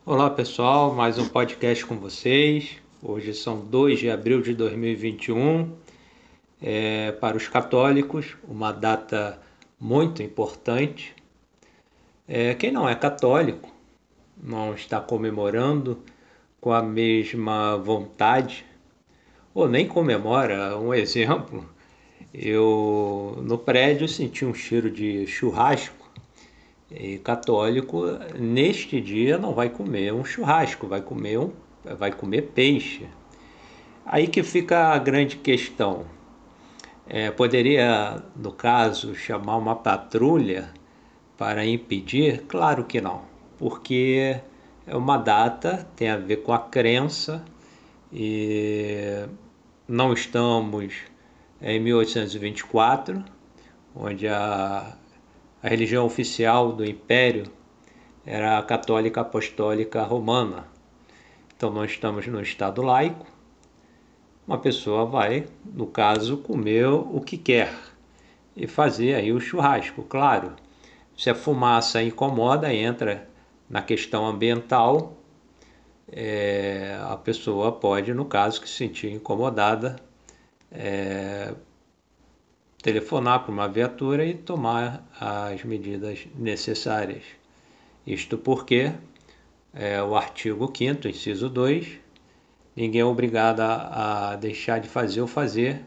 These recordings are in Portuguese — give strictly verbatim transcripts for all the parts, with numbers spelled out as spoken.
Olá pessoal, mais um podcast com vocês. Hoje são dois de abril de dois mil e vinte e um. É, para os católicos, uma data muito importante. É, quem não é católico não está comemorando com a mesma vontade, ou nem comemora. Um exemplo, eu no prédio senti um cheiro de churrasco. E católico, neste dia, não vai comer um churrasco, vai comer, um, vai comer peixe. Aí que fica a grande questão. É, poderia, no caso, chamar uma patrulha para impedir? Claro que não, porque é uma data, tem a ver com a crença, e não estamos em mil oitocentos e vinte e quatro, onde a, a religião oficial do Império era a católica apostólica romana. Então nós estamos no estado laico. Uma pessoa vai, no caso, comer o que quer e fazer aí o churrasco. Claro, se a fumaça incomoda, entra na questão ambiental, é, a pessoa pode, no caso, que se sentir incomodada, é, telefonar para uma viatura e tomar as medidas necessárias. Isto porque é, o artigo quinto, inciso dois, ninguém é obrigado a, a deixar de fazer ou fazer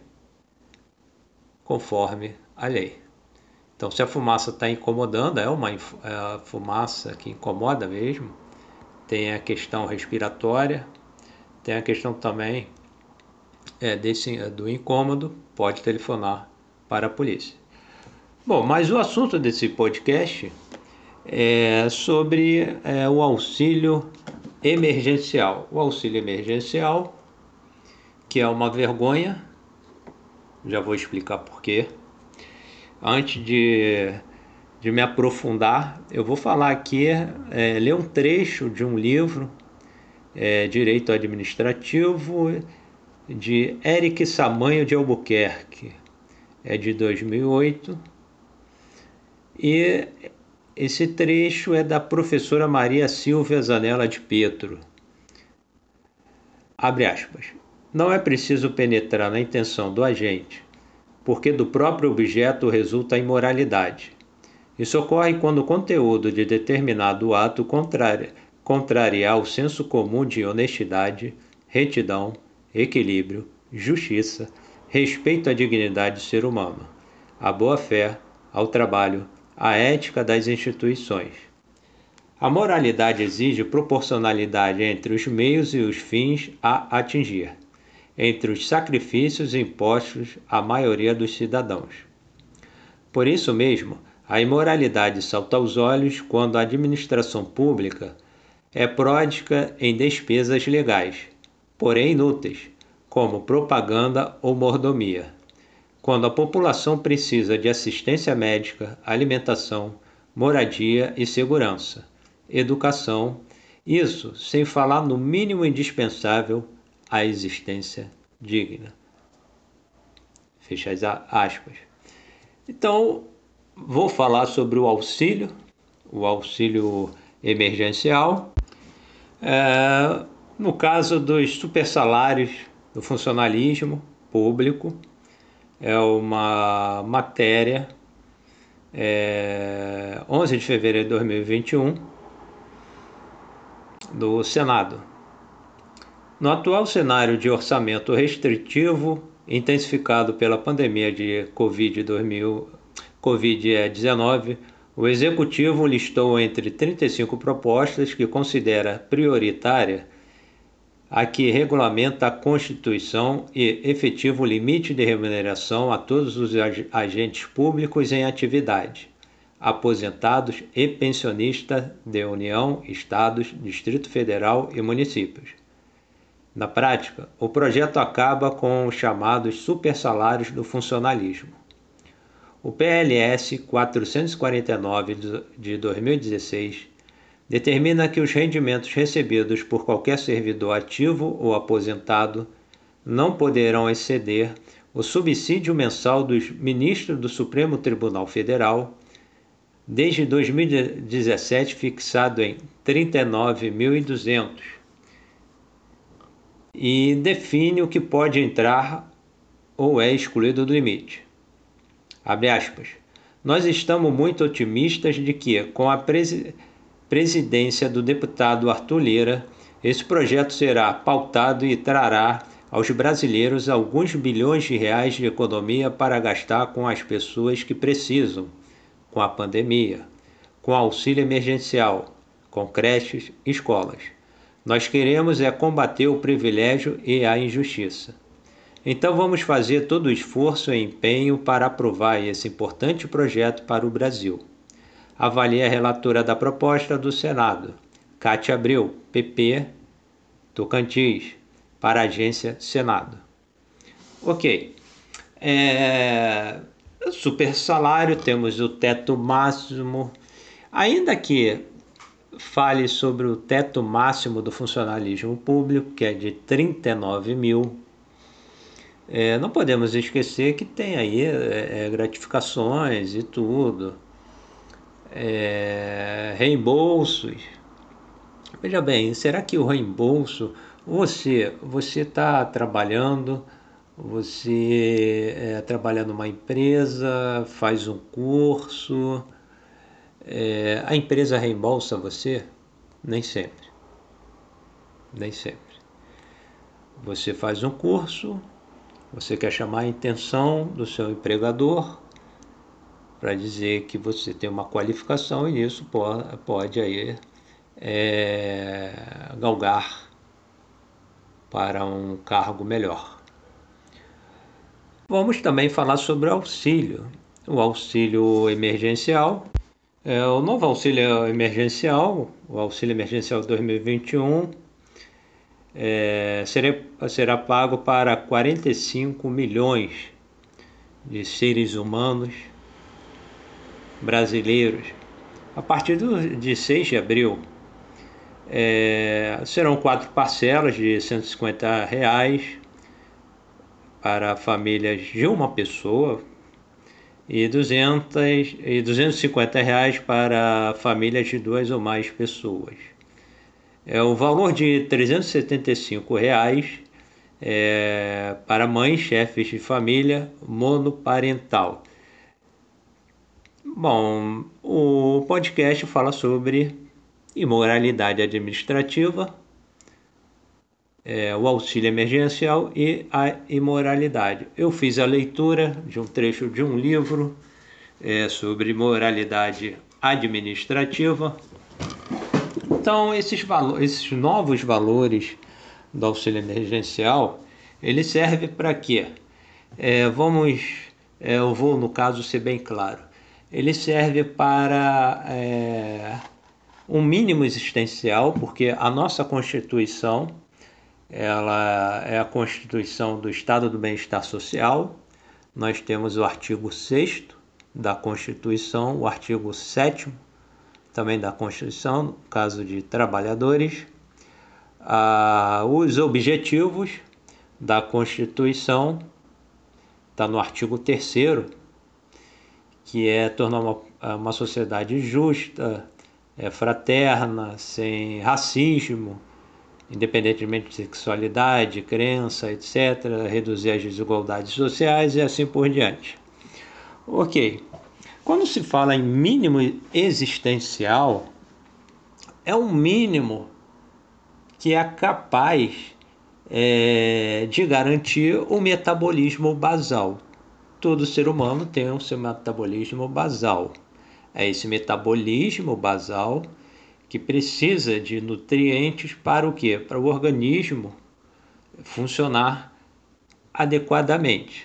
conforme a lei. Então, se a fumaça está incomodando, é uma é a fumaça que incomoda mesmo, tem a questão respiratória, tem a questão também é, desse, do incômodo, pode telefonar para a polícia. Bom, mas o assunto desse podcast é sobre é, o auxílio emergencial. O auxílio emergencial, que é uma vergonha, já vou explicar por quê. Antes de, de me aprofundar, eu vou falar aqui, é, ler um trecho de um livro, é, Direito Administrativo, de Eric Samanho de Albuquerque, é de dois mil e oito, e esse trecho é da professora Maria Silvia Zanella de Pietro. Abre aspas. Não é preciso penetrar na intenção do agente, porque do próprio objeto resulta a imoralidade. Isso ocorre quando o conteúdo de determinado ato contraria, contrariar o senso comum de honestidade, retidão, equilíbrio, justiça, respeito à dignidade do ser humano, à boa-fé, ao trabalho, à ética das instituições. A moralidade exige proporcionalidade entre os meios e os fins a atingir, entre os sacrifícios impostos à maioria dos cidadãos. Por isso mesmo, a imoralidade salta aos olhos quando a administração pública é pródiga em despesas legais, porém inúteis, como propaganda ou mordomia. Quando a população precisa de assistência médica, alimentação, moradia e segurança, educação, isso sem falar no mínimo indispensável, a existência digna. Fecha as aspas. Então, vou falar sobre o auxílio, o auxílio emergencial, é, no caso dos supersalários do funcionalismo público. É uma matéria, é, onze de fevereiro de dois mil e vinte e um, do Senado. No atual cenário de orçamento restritivo, intensificado pela pandemia de covid dezenove, o Executivo listou entre trinta e cinco propostas que considera prioritária a que regulamenta a Constituição e efetivo limite de remuneração a todos os agentes públicos em atividade, aposentados e pensionistas de União, Estados, Distrito Federal e municípios. Na prática, o projeto acaba com os chamados supersalários do funcionalismo. O P L S quatrocentos e quarenta e nove de dois mil e dezesseis determina que os rendimentos recebidos por qualquer servidor ativo ou aposentado não poderão exceder o subsídio mensal dos ministros do Supremo Tribunal Federal, desde dois mil e dezessete fixado em trinta e nove mil e duzentos e define o que pode entrar ou é excluído do limite. Abre aspas. Nós estamos muito otimistas de que, com a presi- presidência do deputado Arthur Lira, esse projeto será pautado e trará aos brasileiros alguns bilhões de reais de economia para gastar com as pessoas que precisam, com a pandemia, com auxílio emergencial, com creches e escolas. Nós queremos é combater o privilégio e a injustiça. Então vamos fazer todo o esforço e empenho para aprovar esse importante projeto para o Brasil. Avalie a relatora da proposta do Senado, Cátia Abreu, P P, Tocantins, para a agência Senado. Ok. É... Super salário, temos o teto máximo. Ainda que fale sobre o teto máximo do funcionalismo público, que é de trinta e nove mil, é, não podemos esquecer que tem aí é, gratificações e tudo, é, reembolsos. Veja bem, será que o reembolso, você você está trabalhando, você é, trabalha numa empresa, faz um curso, é, a empresa reembolsa você? Nem sempre, nem sempre. Você faz um curso, você quer chamar a atenção do seu empregador para dizer que você tem uma qualificação e isso pode, pode aí é, galgar para um cargo melhor. Vamos também falar sobre o auxílio. O auxílio emergencial, é, o novo auxílio emergencial, o auxílio emergencial dois mil e vinte e um, é, será, será pago para quarenta e cinco milhões de seres humanos brasileiros a partir do, de seis de abril. É, serão quatro parcelas de cento e cinquenta reais para famílias de uma pessoa e, duzentos, e duzentos e cinquenta reais para famílias de duas ou mais pessoas. É o valor de trezentos e setenta e cinco reais é, para mães, chefes de família monoparental. Bom, o podcast fala sobre imoralidade administrativa, é, o auxílio emergencial e a imoralidade. Eu fiz a leitura de um trecho de um livro é, sobre moralidade administrativa. Então, esses, valores, esses novos valores do auxílio emergencial, ele serve para quê? É, vamos, é, eu vou, no caso, ser bem claro. Ele serve para é, um mínimo existencial, porque a nossa Constituição, ela é a Constituição do Estado do Bem-Estar Social. Nós temos o artigo sexto da Constituição, o artigo sétimo também da Constituição, no caso de trabalhadores, ah, os objetivos da Constituição, está no artigo terceiro, que é tornar uma, uma sociedade justa, é, fraterna, sem racismo, independentemente de sexualidade, crença, etcétera, reduzir as desigualdades sociais e assim por diante. Ok. Quando se fala em mínimo existencial, é um mínimo que é capaz é, de garantir o metabolismo basal. Todo ser humano tem o seu metabolismo basal. É esse metabolismo basal que precisa de nutrientes para o quê? Para o organismo funcionar adequadamente.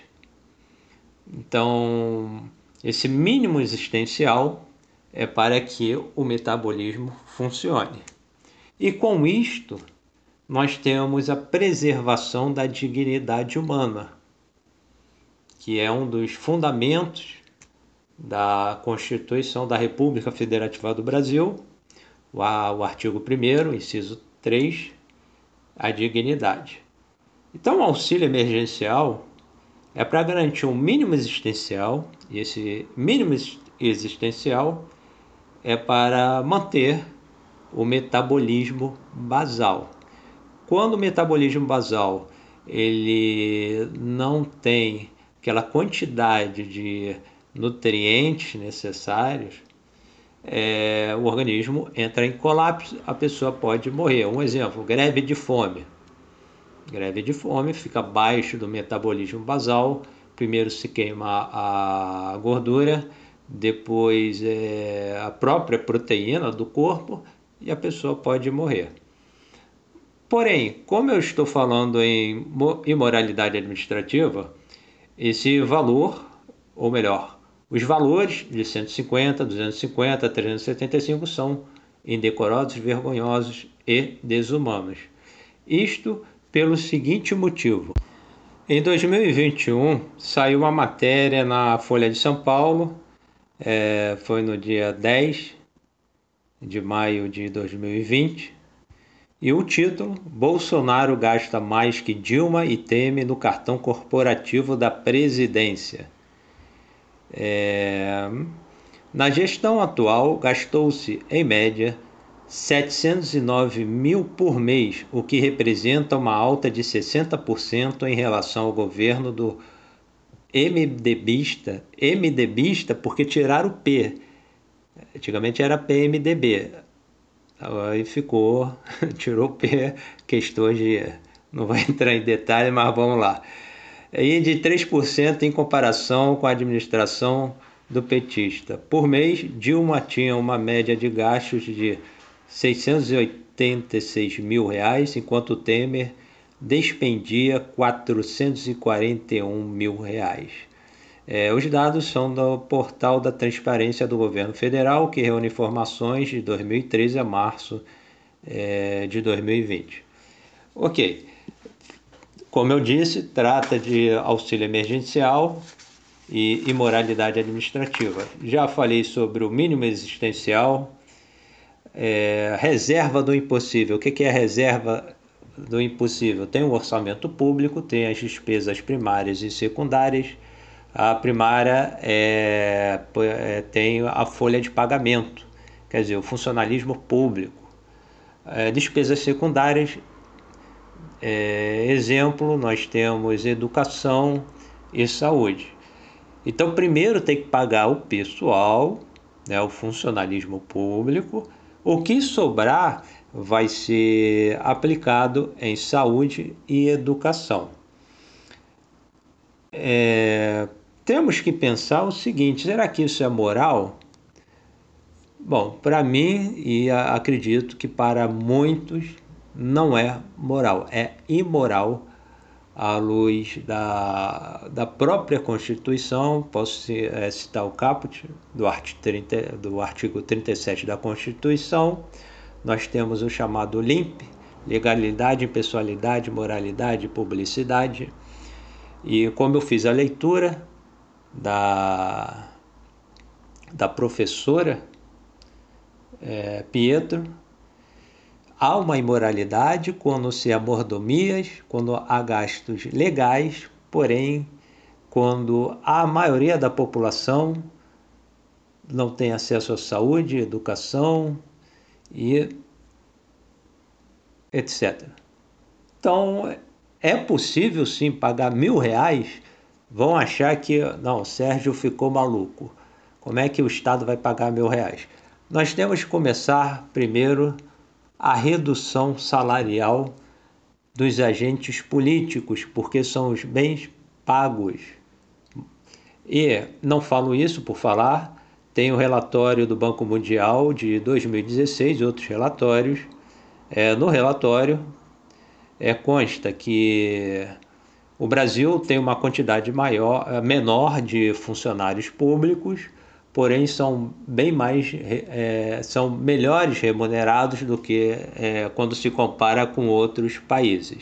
Então, esse mínimo existencial é para que o metabolismo funcione. E com isto, nós temos a preservação da dignidade humana, que é um dos fundamentos da Constituição da República Federativa do Brasil, o artigo primeiro, inciso três, a dignidade. Então, o auxílio emergencial é para garantir um mínimo existencial, e esse mínimo existencial é para manter o metabolismo basal. Quando o metabolismo basal ele não tem aquela quantidade de nutrientes necessários, é, o organismo entra em colapso, a pessoa pode morrer. Um exemplo, greve de fome. Greve de fome, fica abaixo do metabolismo basal, primeiro se queima a gordura, depois é, a própria proteína do corpo e a pessoa pode morrer. Porém, como eu estou falando em imoralidade administrativa, esse valor, ou melhor, os valores de cento e cinquenta, duzentos e cinquenta, trezentos e setenta e cinco são indecorosos, vergonhosos e desumanos. Isto pelo seguinte motivo. Em dois mil e vinte e um, saiu uma matéria na Folha de São Paulo, é, foi no dia dez de maio de dois mil e vinte, e o título: Bolsonaro gasta mais que Dilma e Temer no cartão corporativo da presidência. É... Na gestão atual, gastou-se, em média, setecentos e nove mil por mês, o que representa uma alta de sessenta por cento em relação ao governo do MDBista, MDBista porque tiraram o P. Antigamente era P M D B. Aí ficou, tirou o P, questões de... Não vai entrar em detalhe, mas vamos lá. E de três por cento em comparação com a administração do petista. Por mês, Dilma tinha uma média de gastos de seiscentos e oitenta e seis mil reais, enquanto Temer despendia quatrocentos e quarenta e um mil reais. É, os dados são do portal da Transparência do Governo Federal, que reúne informações de dois mil e treze a março é, de dois mil e vinte. Ok, como eu disse, trata de auxílio emergencial e imoralidade administrativa. Já falei sobre o mínimo existencial, é, reserva do impossível. O que é a reserva do impossível? Tem o orçamento público, tem as despesas primárias e secundárias. A primária é, é, tem a folha de pagamento, quer dizer, o funcionalismo público. É, despesas secundárias, é, exemplo, nós temos educação e saúde. Então, primeiro tem que pagar o pessoal, né, o funcionalismo público. O que sobrar vai ser aplicado em saúde e educação. É, temos que pensar o seguinte: será que isso é moral? Bom, para mim, e acredito que para muitos, não é moral, é imoral à luz da, da própria Constituição. Posso é, citar o caput do artigo, trinta, do artigo trinta e sete da Constituição. Nós temos o chamado L I M P, legalidade, impessoalidade, moralidade e publicidade. E como eu fiz a leitura da, da professora é, Pietro, há uma imoralidade quando se há mordomias, quando há gastos legais, porém, quando a maioria da população não tem acesso à saúde, educação e etcétera. Então, é possível sim pagar mil reais. Vão achar que, não, Sérgio ficou maluco. Como é que o Estado vai pagar mil reais? Nós temos que começar primeiro a redução salarial dos agentes políticos, porque são os bens pagos. E não falo isso por falar, tem o relatório do Banco Mundial de dois mil e dezesseis e outros relatórios. É, no relatório é, consta que o Brasil tem uma quantidade maior, menor de funcionários públicos, porém são bem mais, é, são melhores remunerados do que é, quando se compara com outros países.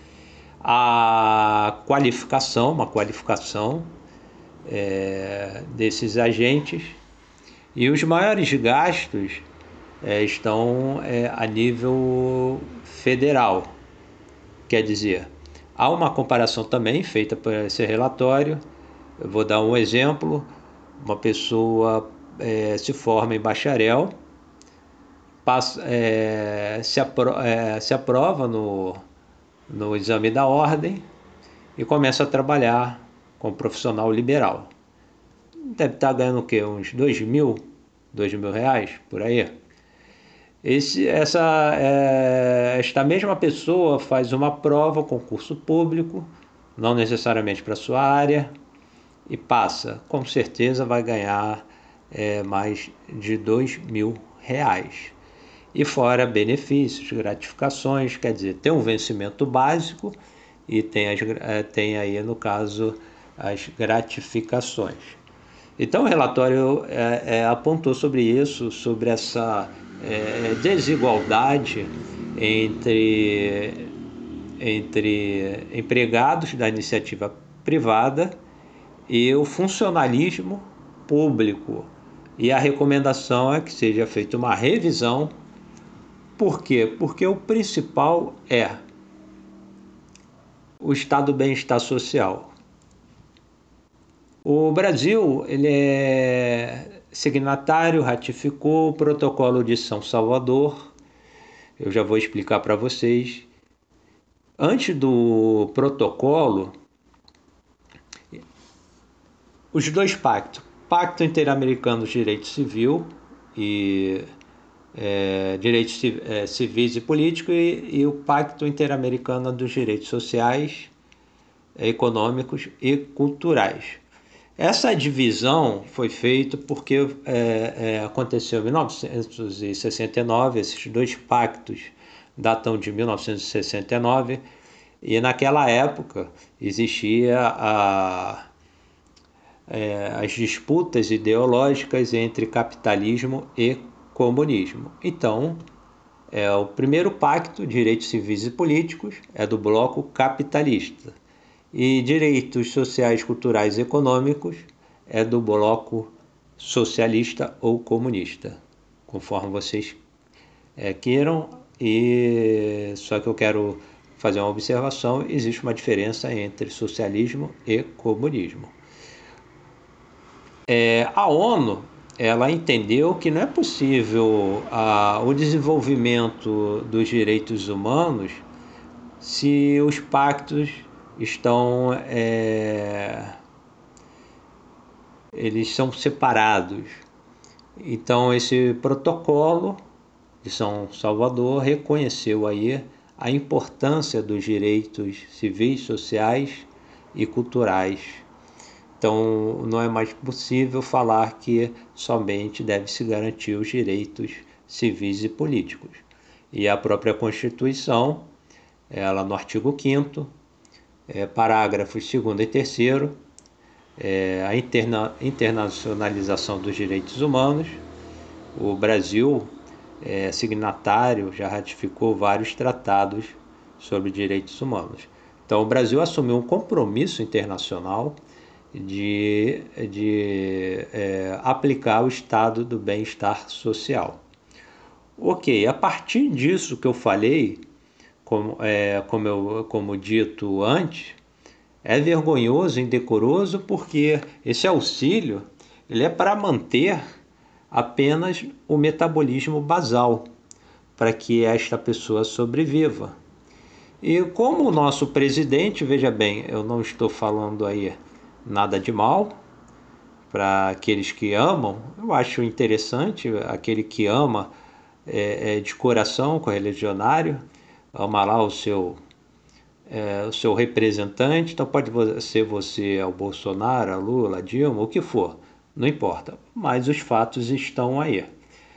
A qualificação, uma qualificação é, desses agentes, e os maiores gastos é, estão é, a nível federal. Quer dizer, há uma comparação também feita por esse relatório. Eu vou dar um exemplo. Uma pessoa é, se forma em bacharel, passa, é, se, apro, é, se aprova no, no exame da ordem e começa a trabalhar como profissional liberal. Deve estar ganhando o quê? Uns dois mil, dois mil reais, por aí. Esse, essa, é, esta mesma pessoa faz uma prova, concurso público, não necessariamente para a sua área, e passa. Com certeza vai ganhar é, mais de dois mil reais. E fora benefícios, gratificações, quer dizer, tem um vencimento básico e tem, as, tem aí, no caso, as gratificações. Então o relatório é, é, apontou sobre isso, sobre essa é, desigualdade entre, entre empregados da iniciativa privada e o funcionalismo público. E a recomendação é que seja feita uma revisão. Por quê? Porque o principal é o estado do bem-estar social. O Brasil, ele é signatário, ratificou o Protocolo de São Salvador. Eu já vou explicar para vocês. Antes do protocolo, os dois pactos, Pacto Interamericano de Direito Civil e é, Direitos é, Civis e Políticos e, e o Pacto Interamericano dos Direitos Sociais, Econômicos e Culturais. Essa divisão foi feita porque é, é, aconteceu em mil novecentos e sessenta e nove, esses dois pactos datam de mil novecentos e sessenta e nove, e naquela época existia a, é, as disputas ideológicas entre capitalismo e comunismo. Então, é, o primeiro pacto, Direitos Civis e Políticos, é do bloco capitalista. E direitos sociais, culturais e econômicos é do bloco socialista ou comunista, conforme vocês é, queiram. E só que eu quero fazer uma observação: existe uma diferença entre socialismo e comunismo. É, a ONU, ela entendeu que não é possível a, o desenvolvimento dos direitos humanos se os pactos estão é, eles são separados. Então esse protocolo de São Salvador reconheceu aí a importância dos direitos civis, sociais e culturais. Então não é mais possível falar que somente deve se garantir os direitos civis e políticos. E a própria Constituição, ela no artigo quinto, É, parágrafos segundo e terceiro, é, a interna, internacionalização dos direitos humanos. O Brasil, é, signatário, já ratificou vários tratados sobre direitos humanos. Então, o Brasil assumiu um compromisso internacional de, de é, aplicar o estado do bem-estar social. Ok, a partir disso que eu falei, Como, é, como, eu, como dito antes, é vergonhoso, indecoroso, porque esse auxílio ele é para manter apenas o metabolismo basal, para que esta pessoa sobreviva. E como o nosso presidente, veja bem, eu não estou falando aí nada de mal, para aqueles que amam, eu acho interessante, aquele que ama é, é, de coração, correligionário, ama lá o seu, é, o seu representante. Então pode ser você, o Bolsonaro, a Lula, a Dilma, o que for, não importa, mas os fatos estão aí.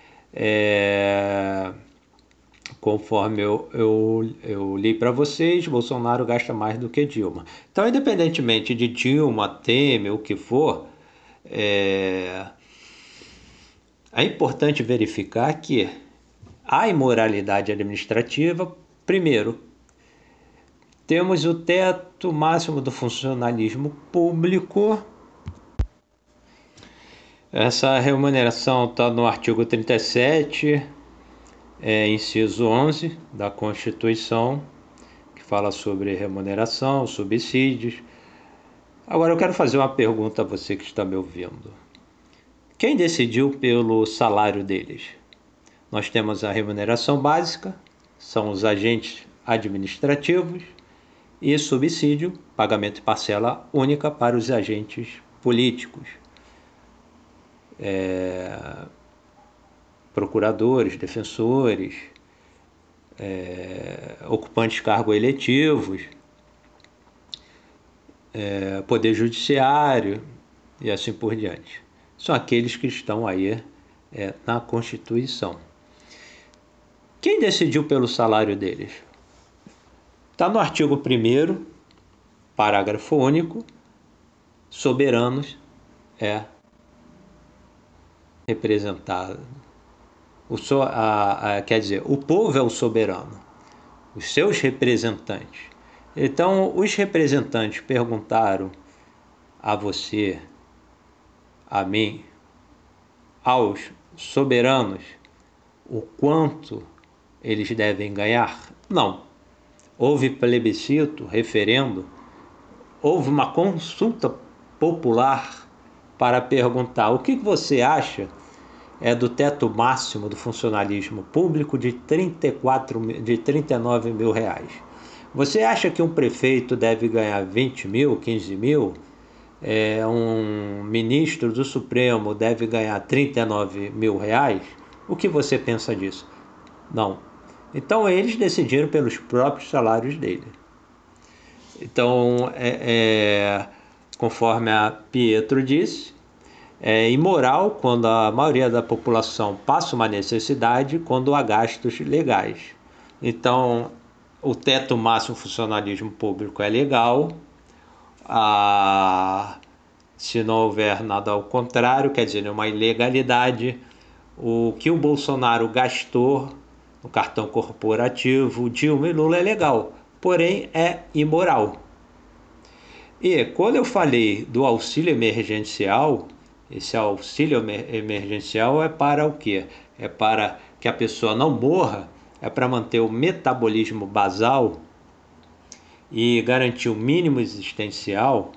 É, conforme eu, eu, eu li para vocês, Bolsonaro gasta mais do que Dilma. Então, independentemente de Dilma, Temer, o que for, é, é importante verificar que a imoralidade administrativa. Primeiro, temos o teto máximo do funcionalismo público. Essa remuneração está no artigo trinta e sete, é, inciso onze da Constituição, que fala sobre remuneração, subsídios. Agora eu quero fazer uma pergunta a você que está me ouvindo. Quem decidiu pelo salário deles? Nós temos a remuneração básica, são os agentes administrativos, e subsídio, pagamento de parcela única para os agentes políticos, é, procuradores, defensores, é, ocupantes de cargos eletivos, é, poder judiciário e assim por diante. São aqueles que estão aí é, na Constituição. Quem decidiu pelo salário deles? Está no artigo primeiro, parágrafo único, soberanos é representado. O so, a, a, quer dizer, o povo é o soberano, os seus representantes. Então, os representantes perguntaram a você, a mim, aos soberanos, o quanto eles devem ganhar? Não. Houve plebiscito, referendo, houve uma consulta popular para perguntar o que você acha é do teto máximo do funcionalismo público de trinta e quatro, de trinta e nove mil reais. Você acha que um prefeito deve ganhar vinte mil, quinze mil? É, um ministro do Supremo deve ganhar trinta e nove mil reais? O que você pensa disso? Não. Então eles decidiram pelos próprios salários dele. Então, é, é, conforme a Pietro disse, é imoral quando a maioria da população passa uma necessidade quando há gastos legais. Então, o teto máximo do funcionalismo público é legal. A, se não houver nada ao contrário, quer dizer, uma ilegalidade, o que o Bolsonaro gastou no cartão corporativo, Dilma e Lula é legal, porém é imoral. E quando eu falei do auxílio emergencial, esse auxílio emergencial é para o quê? É para que a pessoa não morra, é para manter o metabolismo basal e garantir o mínimo existencial.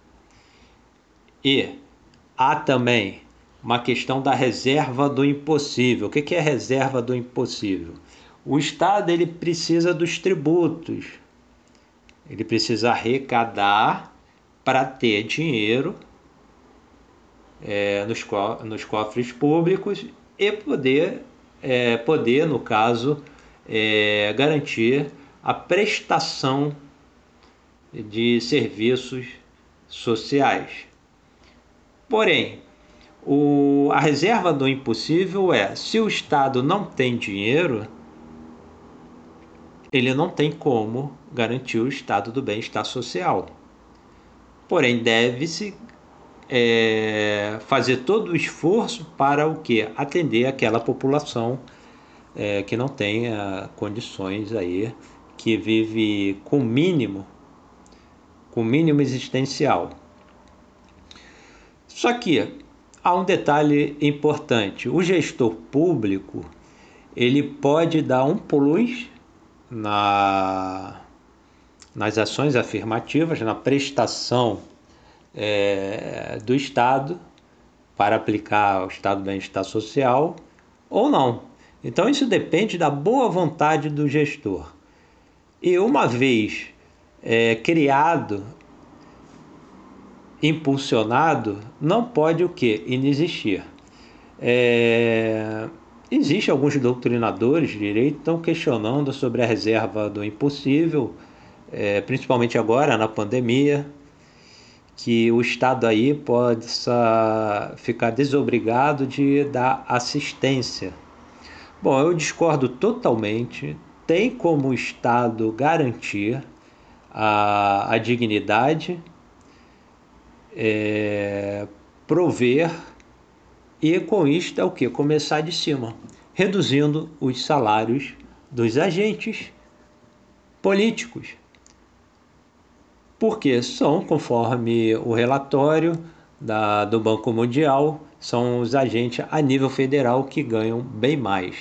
E há também uma questão da reserva do impossível. O que é reserva do impossível? O Estado ele precisa dos tributos, ele precisa arrecadar para ter dinheiro é, nos, co nos cofres públicos e poder, é, poder no caso, é, garantir a prestação de serviços sociais. Porém, o, a reserva do impossível é, se o Estado não tem dinheiro, ele não tem como garantir o estado do bem-estar social. Porém, deve-se é, fazer todo o esforço para o quê? Atender aquela população é, que não tenha condições aí, que vive com mínimo, com mínimo existencial. Só que há um detalhe importante: o gestor público ele pode dar um plus na, nas ações afirmativas, na prestação é, do Estado para aplicar o estado do bem-estar social ou não. Então isso depende da boa vontade do gestor. E uma vez é, criado, impulsionado, não pode o quê? Inexistir. É... Existem alguns doutrinadores de direito que estão questionando sobre a reserva do impossível, é, principalmente agora na pandemia, que o Estado aí possa ficar desobrigado de dar assistência. Bom, eu discordo totalmente. Tem como o Estado garantir a, a dignidade, é, prover, e com isto é o que? Começar de cima, reduzindo os salários dos agentes políticos. Porque são, conforme o relatório da, do Banco Mundial, são os agentes a nível federal que ganham bem mais.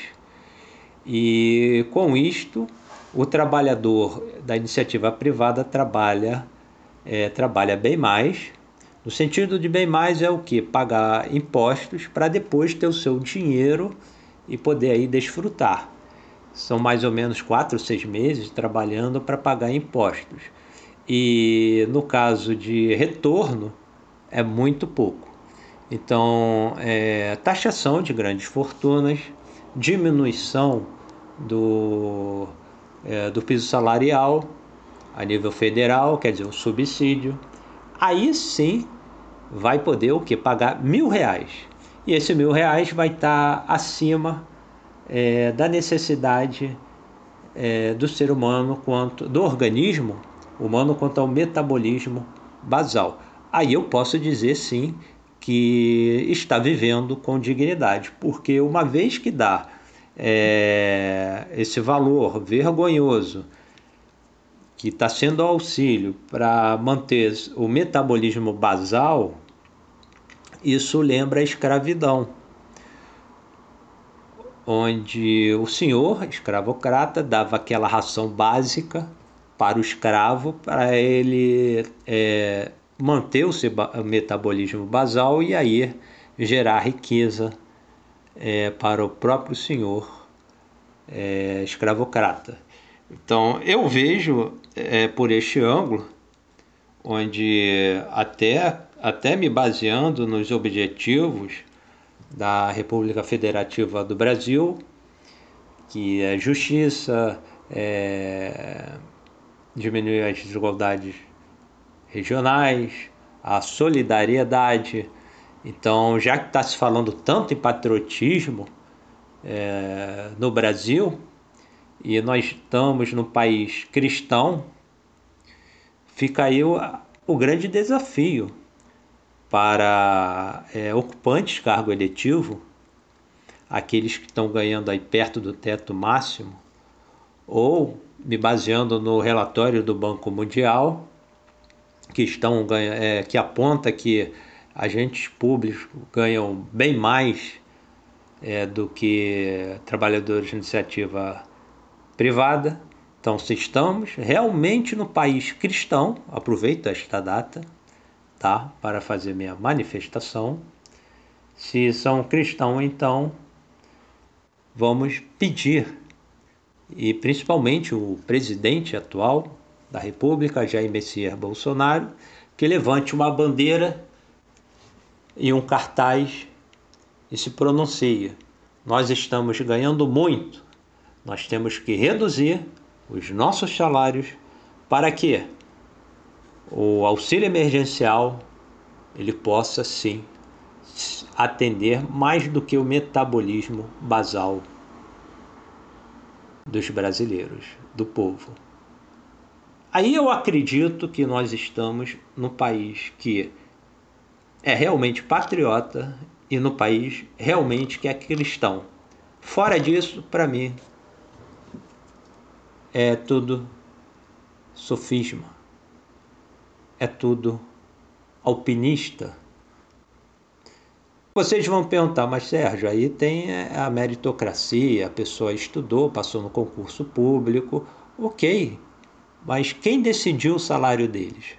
E com isto, o trabalhador da iniciativa privada trabalha, é, trabalha bem mais. No sentido de bem mais é o que? Pagar impostos para depois ter o seu dinheiro e poder aí desfrutar. São mais ou menos quatro ou seis meses trabalhando para pagar impostos. E no caso de retorno, é muito pouco. Então, é, taxação de grandes fortunas, diminuição do, é, do piso salarial a nível federal, quer dizer, um subsídio. Aí sim vai poder o que? Pagar mil reais. E esse mil reais vai estar acima é, da necessidade é, do ser humano, quanto do organismo humano, quanto ao metabolismo basal. Aí eu posso dizer sim que está vivendo com dignidade, porque uma vez que dá é, esse valor vergonhoso que está sendo auxílio para manter o metabolismo basal, isso lembra a escravidão, onde o senhor escravocrata dava aquela ração básica para o escravo, para ele é, manter o seu metabolismo basal e aí gerar riqueza é, para o próprio senhor é, escravocrata. Então eu vejo é, por este ângulo, onde até, até me baseando nos objetivos da República Federativa do Brasil, que é justiça, é, diminuir as desigualdades regionais, a solidariedade. Então, já que está se falando tanto em patriotismo é, no Brasil, e nós estamos num país cristão, fica aí o, o grande desafio para é, ocupantes de cargo eletivo, aqueles que estão ganhando aí perto do teto máximo, ou me baseando no relatório do Banco Mundial, que, estão, é, que aponta que agentes públicos ganham bem mais é, do que trabalhadores de iniciativa privada. Então, se estamos realmente no país cristão, aproveito esta data, tá, para fazer minha manifestação. Se são cristãos, então vamos pedir, e principalmente o presidente atual da República, Jair Messias Bolsonaro, que levante uma bandeira e um cartaz e se pronuncie: nós estamos ganhando muito, nós temos que reduzir os nossos salários para que o auxílio emergencial ele possa sim atender mais do que o metabolismo basal dos brasileiros, do povo. Aí eu acredito que nós estamos no país que é realmente patriota e no país realmente que é cristão. Fora disso, para mim, é tudo sofisma, é tudo alpinista. Vocês vão perguntar, mas Sérgio, aí tem a meritocracia, a pessoa estudou, passou no concurso público, ok, mas quem decidiu o salário deles?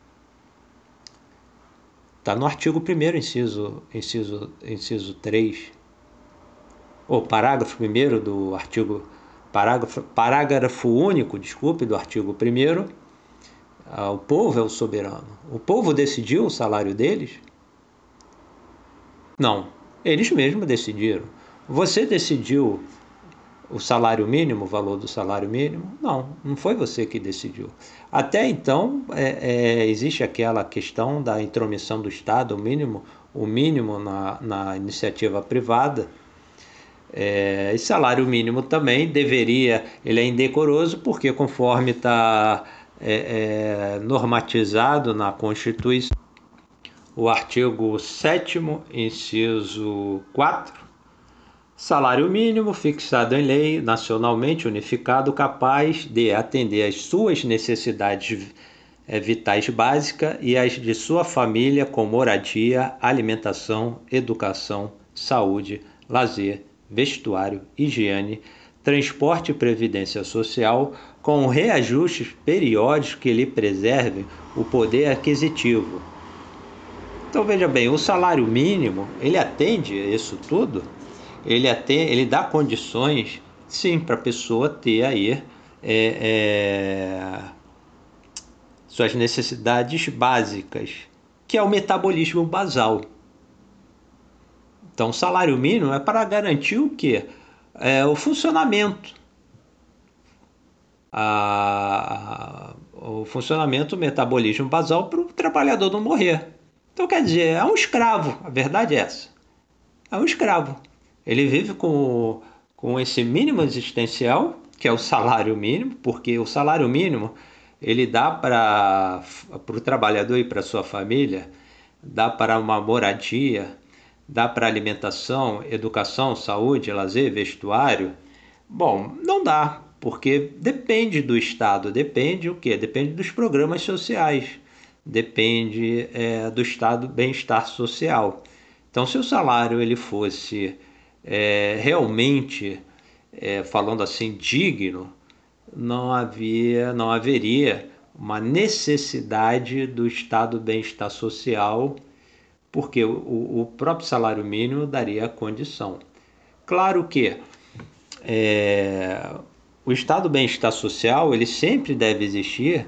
Está no artigo primeiro, inciso, inciso, inciso três, ou parágrafo primeiro do artigo, parágrafo, parágrafo único, desculpe, do artigo primeiro, o povo é o soberano. O povo decidiu o salário deles? Não, eles mesmos decidiram. Você decidiu o salário mínimo, o valor do salário mínimo? Não, não foi você que decidiu. Até então, é, é, existe aquela questão da intromissão do Estado, o mínimo, o mínimo na, na iniciativa privada. É, e salário mínimo também deveria, ele é indecoroso, porque conforme está é, é, normatizado na Constituição, o artigo sétimo, inciso quatro, salário mínimo fixado em lei, nacionalmente unificado, capaz de atender às suas necessidades vitais básicas e as de sua família, com moradia, alimentação, educação, saúde, lazer, vestuário, higiene, transporte e previdência social, com reajustes periódicos que lhe preservem o poder aquisitivo. Então veja bem, o salário mínimo, ele atende isso tudo? ele até ele dá condições, sim, para a pessoa ter aí é, é, suas necessidades básicas, que é o metabolismo basal. Então, o salário mínimo é para garantir o quê? É, o funcionamento. A, o funcionamento, o metabolismo basal para o trabalhador não morrer. Então, quer dizer, é um escravo, a verdade é essa. É um escravo. Ele vive com, com esse mínimo existencial, que é o salário mínimo, porque o salário mínimo ele dá para o trabalhador e para sua família, dá para uma moradia, dá para alimentação, educação, saúde, lazer, vestuário. Bom, não dá, porque depende do Estado, depende o quê? Depende dos programas sociais, depende é, do estado de bem-estar social. Então, se o salário ele fosse é, realmente, é, falando assim, digno, não havia, não haveria uma necessidade do estado de bem-estar social, porque o, o próprio salário mínimo daria a condição. Claro que é, o estado de bem-estar social ele sempre deve existir.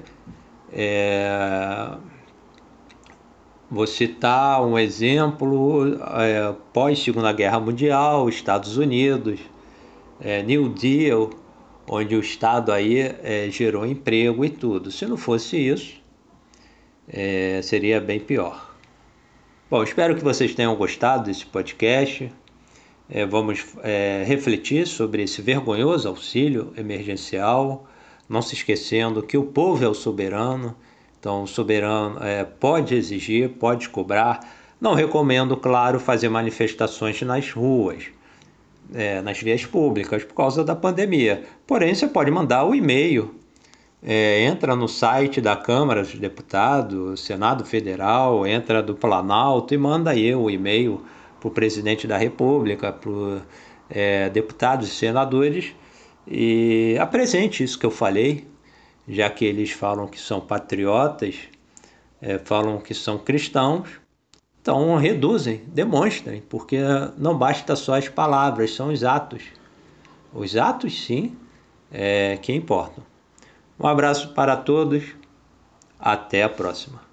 É, vou citar um exemplo, é, pós-Segunda Guerra Mundial, Estados Unidos, é, New Deal, onde o Estado aí é, gerou emprego e tudo. Se não fosse isso, é, seria bem pior. Bom, espero que vocês tenham gostado desse podcast. É, vamos é, refletir sobre esse vergonhoso auxílio emergencial, não se esquecendo que o povo é o soberano, então o soberano é, pode exigir, pode cobrar. Não recomendo, claro, fazer manifestações nas ruas, é, nas vias públicas, por causa da pandemia. Porém, você pode mandar o e-mail, é, entra no site da Câmara dos Deputados, Senado Federal, entra do Planalto e manda aí o e-mail para o presidente da República, para os é, deputados e senadores, e apresente isso que eu falei, já que eles falam que são patriotas, é, falam que são cristãos, então reduzem, demonstrem, porque não basta só as palavras, são os atos. Os atos, sim, é, que importam. Um abraço para todos, até a próxima.